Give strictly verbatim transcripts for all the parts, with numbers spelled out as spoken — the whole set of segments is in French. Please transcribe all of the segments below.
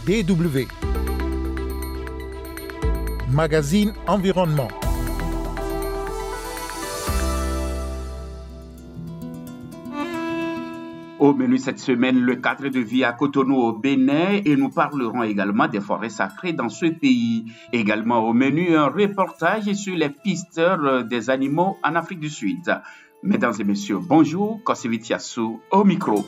D W. Magazine Environnement. Au menu cette semaine, le cadre de vie à Cotonou au Bénin et nous parlerons également des forêts sacrées dans ce pays. Également au menu, un reportage sur les pisteurs des animaux en Afrique du Sud. Mesdames et messieurs, bonjour, Kosevitiassou au micro.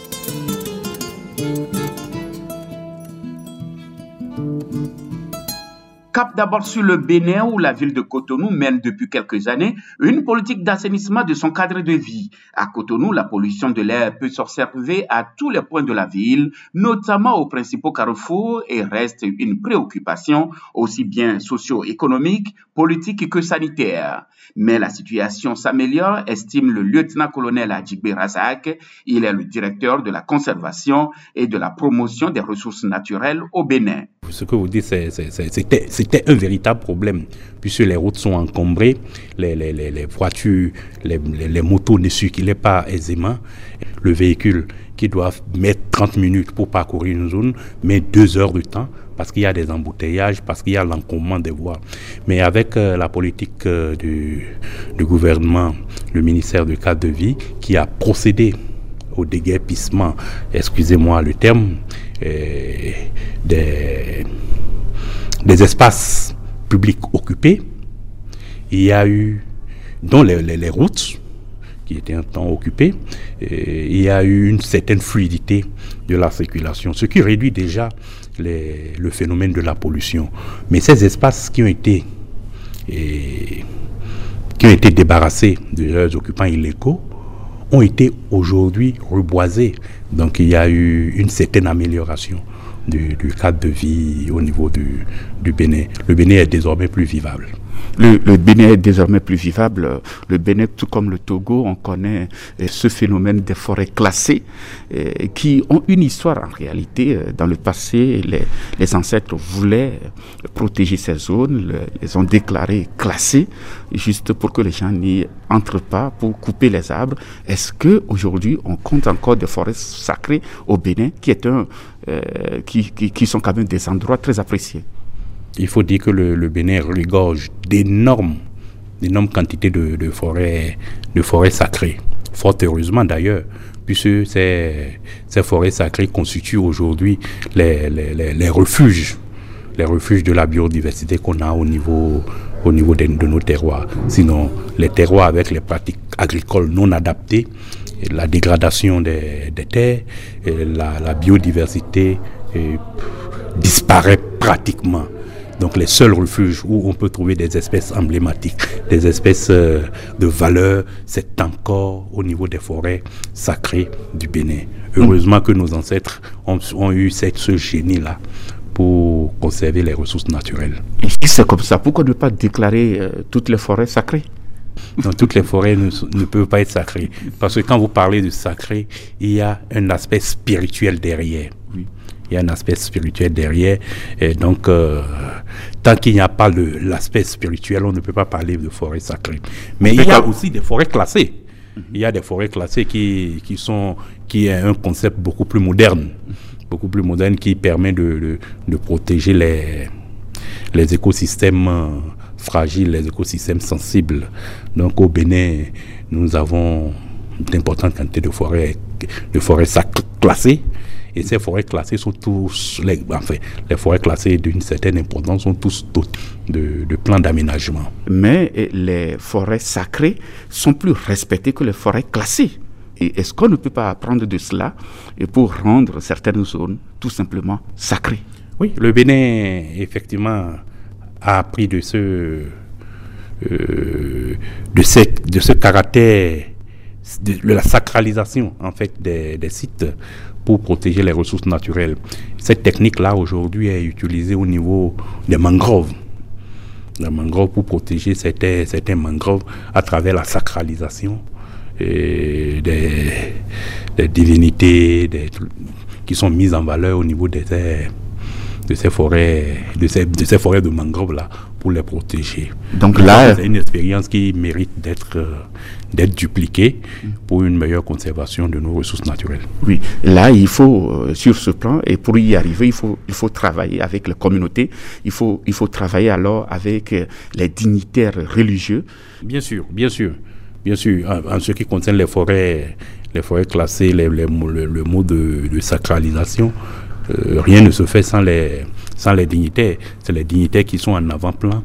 Cap d'abord sur le Bénin où la ville de Cotonou mène depuis quelques années une politique d'assainissement de son cadre de vie. À Cotonou, la pollution de l'air peut s'observer à tous les points de la ville, notamment aux principaux carrefours et reste une préoccupation aussi bien socio-économique, politique que sanitaire. Mais la situation s'améliore, estime le lieutenant-colonel Adjibé Razak. Il est le directeur de la conservation et de la promotion des ressources naturelles au Bénin. Ce que vous dites, c'est, c'est, c'est, c'était, c'était un véritable problème, puisque les routes sont encombrées, les, les, les, les voitures, les, les, les motos ne circulaient pas aisément. Le véhicule qui doit mettre trente minutes pour parcourir une zone met deux heures de temps, parce qu'il y a des embouteillages, parce qu'il y a l'encombrement des voies. Mais avec euh, la politique euh, du, du gouvernement, le ministère du cadre de vie, qui a procédé au déguerpissement, excusez-moi le terme, euh, des, des espaces publics occupés, il y a eu, dont les, les, les routes, qui étaient un temps occupées, et il y a eu une certaine fluidité de la circulation, ce qui réduit déjà les, le phénomène de la pollution. Mais ces espaces qui ont été, et, qui ont été débarrassés de leurs occupants illégaux ont été aujourd'hui reboisés. Donc il y a eu une certaine amélioration du, du cadre de vie au niveau du, du Bénin. Le Bénin est désormais plus vivable. Le, le Bénin est désormais plus vivable. Le Bénin, tout comme le Togo, on connaît euh, ce phénomène des forêts classées euh, qui ont une histoire en réalité. Euh, dans le passé, les, les ancêtres voulaient protéger ces zones, le, les ont déclarées classées, juste pour que les gens n'y entrent pas, pour couper les arbres. Est-ce qu'aujourd'hui, on compte encore des forêts sacrées au Bénin qui, est un, euh, qui, qui, qui sont quand même des endroits très appréciés? Il faut dire que le, le Bénin regorge d'énormes, d'énormes quantités de, de, forêts, de forêts sacrées. Fort heureusement d'ailleurs, puisque ces, ces forêts sacrées constituent aujourd'hui les, les, les, les refuges, les refuges de la biodiversité qu'on a au niveau, au niveau de, de nos terroirs. Sinon, les terroirs avec les pratiques agricoles non adaptées, et la dégradation des, des terres, et la, la biodiversité et, disparaît pratiquement. Donc les seuls refuges où on peut trouver des espèces emblématiques, des espèces euh, de valeur, c'est encore au niveau des forêts sacrées du Bénin. Heureusement que nos ancêtres ont, ont eu cette, ce génie-là pour conserver les ressources naturelles. Et si c'est comme ça, pourquoi ne pas déclarer euh, toutes les forêts sacrées? Donc toutes les forêts ne, ne peuvent pas être sacrées. Parce que quand vous parlez de sacré, il y a un aspect spirituel derrière. Oui. Il y a un aspect spirituel derrière. Et donc, euh, tant qu'il n'y a pas le, l'aspect spirituel, on ne peut pas parler de forêt sacrée. Mais il y a aussi des forêts classées. Il y a des forêts classées qui, qui sont, qui est un concept beaucoup plus moderne, beaucoup plus moderne qui permet de, de, de protéger les, les écosystèmes fragiles, les écosystèmes sensibles. Donc, au Bénin, nous avons d'importantes quantités de forêts, de forêts sacrées classées. Et ces forêts classées sont tous, les, enfin, les forêts classées d'une certaine importance sont tous dotées de, de plans d'aménagement. Mais les forêts sacrées sont plus respectées que les forêts classées. Et est-ce qu'on ne peut pas apprendre de cela pour rendre certaines zones tout simplement sacrées? Oui, le Bénin, effectivement, a appris de ce, euh, de ce, de ce caractère, de, de la sacralisation en fait des, des sites pour protéger les ressources naturelles. Cette technique-là, aujourd'hui, est utilisée au niveau des mangroves. Les mangroves pour protéger certains, certains mangroves à travers la sacralisation et des, des divinités des, qui sont mises en valeur au niveau de ces, de ces forêts, de ces, de ces forêts de mangroves-là, pour les protéger. Donc là, c'est une expérience qui mérite d'être, euh, d'être dupliquée pour une meilleure conservation de nos ressources naturelles. Oui, là, il faut, euh, sur ce plan, et pour y arriver, il faut, il faut travailler avec la communauté, il faut, il faut travailler alors avec euh, les dignitaires religieux. Bien sûr, bien sûr, bien sûr. En, en ce qui concerne les forêts, les forêts classées, les, les, le, le mot de, de sacralisation, euh, rien ne se fait sans les, sans les dignitaires. C'est les dignitaires qui sont en avant-plan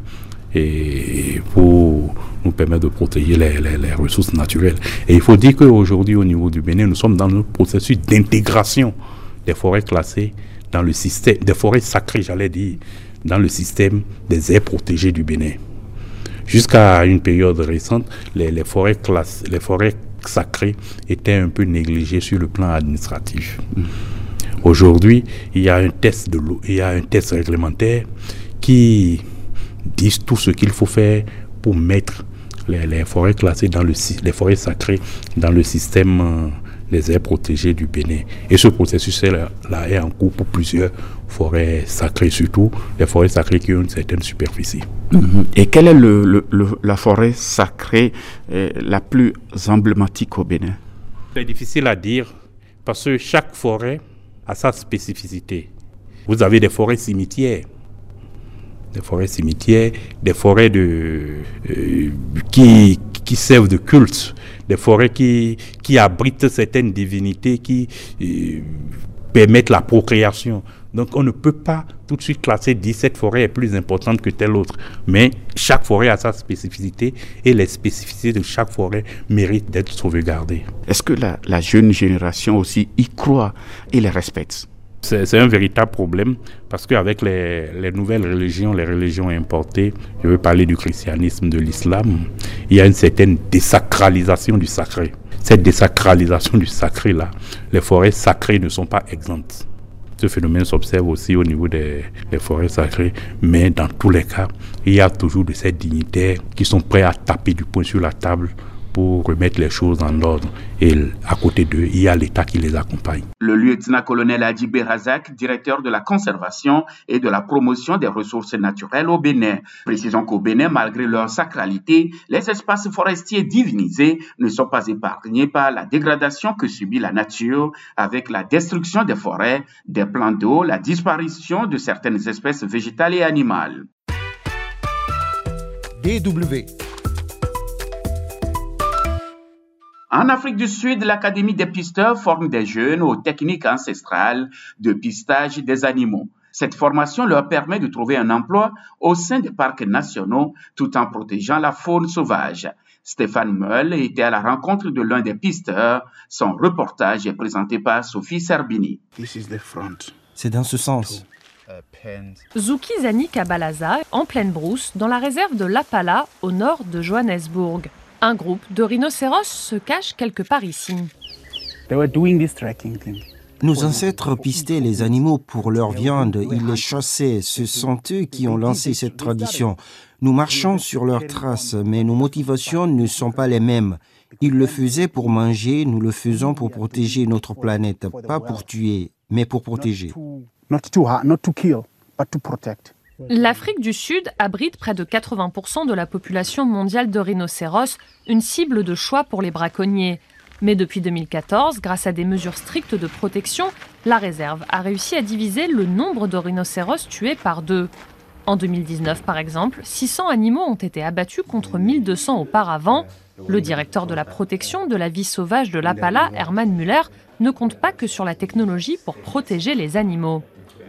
et pour nous permettre de protéger les, les, les ressources naturelles. Et il faut dire qu'aujourd'hui, au niveau du Bénin, nous sommes dans un processus d'intégration des forêts classées dans le système, des forêts sacrées, j'allais dire, dans le système des aires protégées du Bénin. Jusqu'à une période récente, les, les, forêts classées, les forêts sacrées étaient un peu négligées sur le plan administratif. Mmh. Aujourd'hui, il y a un test de l'eau, il y a un test réglementaire qui dit tout ce qu'il faut faire pour mettre les, les forêts classées dans le les forêts sacrées dans le système euh, des aires protégées du Bénin. Et ce processus-là là, est en cours pour plusieurs forêts sacrées, surtout les forêts sacrées qui ont une certaine superficie. Mmh. Et quelle est le, le, le, la forêt sacrée euh, la plus emblématique au Bénin? C'est difficile à dire parce que chaque forêt a sa spécificité. Vous avez des forêts cimetières, des forêts cimetières, des forêts de, euh, qui, qui servent de culte, des forêts qui, qui abritent certaines divinités, qui euh, permettent la procréation. Donc on ne peut pas tout de suite classer dire cette forêt est plus importante que telle autre. Mais chaque forêt a sa spécificité et les spécificités de chaque forêt méritent d'être sauvegardées. Est-ce que la, la jeune génération aussi y croit et les respecte? C'est, c'est un véritable problème parce qu'avec les, les nouvelles religions, les religions importées, je veux parler du christianisme, de l'islam, il y a une certaine désacralisation du sacré. Cette désacralisation du sacré-là, les forêts sacrées ne sont pas exemptes. Ce phénomène s'observe aussi au niveau des, des forêts sacrées, mais dans tous les cas, il y a toujours de ces dignitaires qui sont prêts à taper du poing sur la table pour remettre les choses en ordre. Et à côté d'eux, il y a l'État qui les accompagne. Le lieutenant-colonel Adjibé Razak, directeur de la conservation et de la promotion des ressources naturelles au Bénin. Précisons qu'au Bénin, malgré leur sacralité, les espaces forestiers divinisés ne sont pas épargnés par la dégradation que subit la nature avec la destruction des forêts, des plans d'eau, la disparition de certaines espèces végétales et animales. D W En Afrique du Sud, l'Académie des pisteurs forme des jeunes aux techniques ancestrales de pistage des animaux. Cette formation leur permet de trouver un emploi au sein des parcs nationaux tout en protégeant la faune sauvage. Stéphane Meul était à la rencontre de l'un des pisteurs. Son reportage est présenté par Sophie Serbini. C'est dans ce sens. Zouki Zani Kabalaza, en pleine brousse, dans la réserve de Lapala, au nord de Johannesburg. Un groupe de rhinocéros se cache quelque part ici. Nos ancêtres pistaient les animaux pour leur viande, ils les chassaient. Ce sont eux qui ont lancé cette tradition. Nous marchons sur leurs traces, mais nos motivations ne sont pas les mêmes. Ils le faisaient pour manger, nous le faisons pour protéger notre planète. Pas pour tuer, mais pour protéger. L'Afrique du Sud abrite près de quatre-vingts pour cent de la population mondiale de rhinocéros, une cible de choix pour les braconniers. Mais depuis deux mille quatorze, grâce à des mesures strictes de protection, la réserve a réussi à diviser le nombre de rhinocéros tués par deux. En deux mille dix-neuf, par exemple, six cents animaux ont été abattus contre mille deux cents auparavant. Le directeur de la protection de la vie sauvage de Lapala, Herman Muller, ne compte pas que sur la technologie pour protéger les animaux.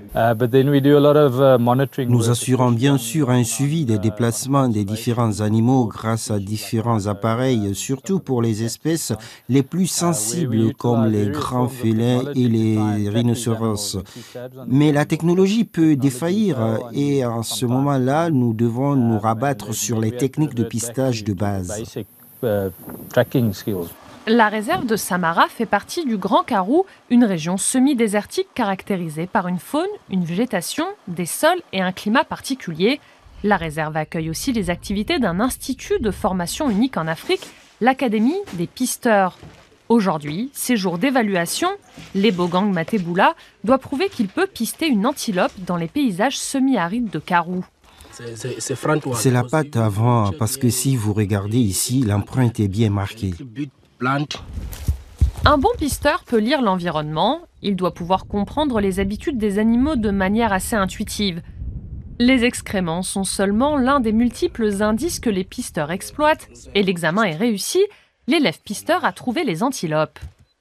Nous assurons bien sûr un suivi des déplacements des différents animaux grâce à différents appareils, surtout pour les espèces les plus sensibles comme les grands félins et les rhinocéros. Mais la technologie peut défaillir et en ce moment-là, nous devons nous rabattre sur les techniques de pistage de base. La réserve de Samara fait partie du Grand Karoo, une région semi-désertique caractérisée par une faune, une végétation, des sols et un climat particulier. La réserve accueille aussi les activités d'un institut de formation unique en Afrique, l'Académie des pisteurs. Aujourd'hui, séjour d'évaluation, l'Ebogang Matebula doit prouver qu'il peut pister une antilope dans les paysages semi-arides de Karoo. C'est la pâte avant, parce que si vous regardez ici, l'empreinte est bien marquée. Un bon pisteur peut lire l'environnement, il doit pouvoir comprendre les habitudes des animaux de manière assez intuitive. Les excréments sont seulement l'un des multiples indices que les pisteurs exploitent, et l'examen est réussi, l'élève pisteur a trouvé les antilopes.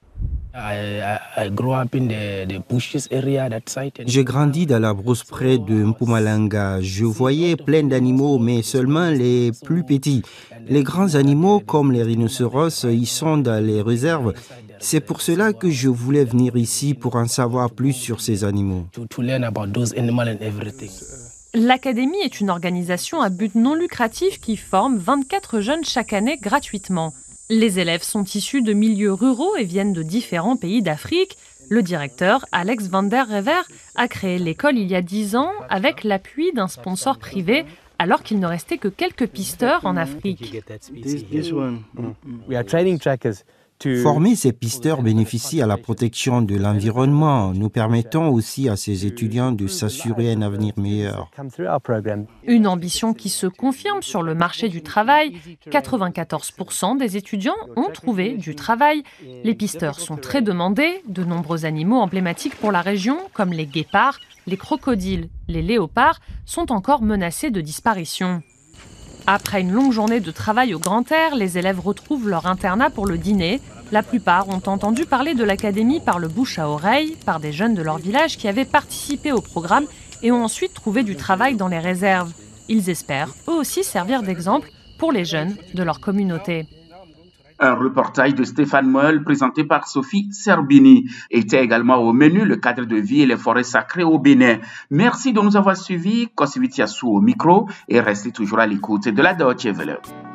J'ai grandi dans la brousse près de Mpumalanga. Je voyais plein d'animaux, mais seulement les plus petits. Les grands animaux, comme les rhinocéros, ils sont dans les réserves. C'est pour cela que je voulais venir ici pour en savoir plus sur ces animaux. L'Académie est une organisation à but non lucratif qui forme vingt-quatre jeunes chaque année gratuitement. Les élèves sont issus de milieux ruraux et viennent de différents pays d'Afrique. Le directeur, Alex van der Rever, a créé l'école il y a dix ans avec l'appui d'un sponsor privé, alors qu'il ne restait que quelques pisteurs en Afrique. Former ces pisteurs bénéficie à la protection de l'environnement. Nous permettons aussi à ces étudiants de s'assurer un avenir meilleur. Une ambition qui se confirme sur le marché du travail. quatre-vingt-quatorze pour cent des étudiants ont trouvé du travail. Les pisteurs sont très demandés. De nombreux animaux emblématiques pour la région, comme les guépards, les crocodiles, les léopards, sont encore menacés de disparition. Après une longue journée de travail au grand air, les élèves retrouvent leur internat pour le dîner. La plupart ont entendu parler de l'académie par le bouche à oreille, par des jeunes de leur village qui avaient participé au programme et ont ensuite trouvé du travail dans les réserves. Ils espèrent, eux aussi, servir d'exemple pour les jeunes de leur communauté. Un reportage de Stéphane Moel présenté par Sophie Serbini. Était également au menu le cadre de vie et les forêts sacrées au Bénin. Merci de nous avoir suivis. Kosivitiassou au micro et restez toujours à l'écoute de la Deutsche Welle.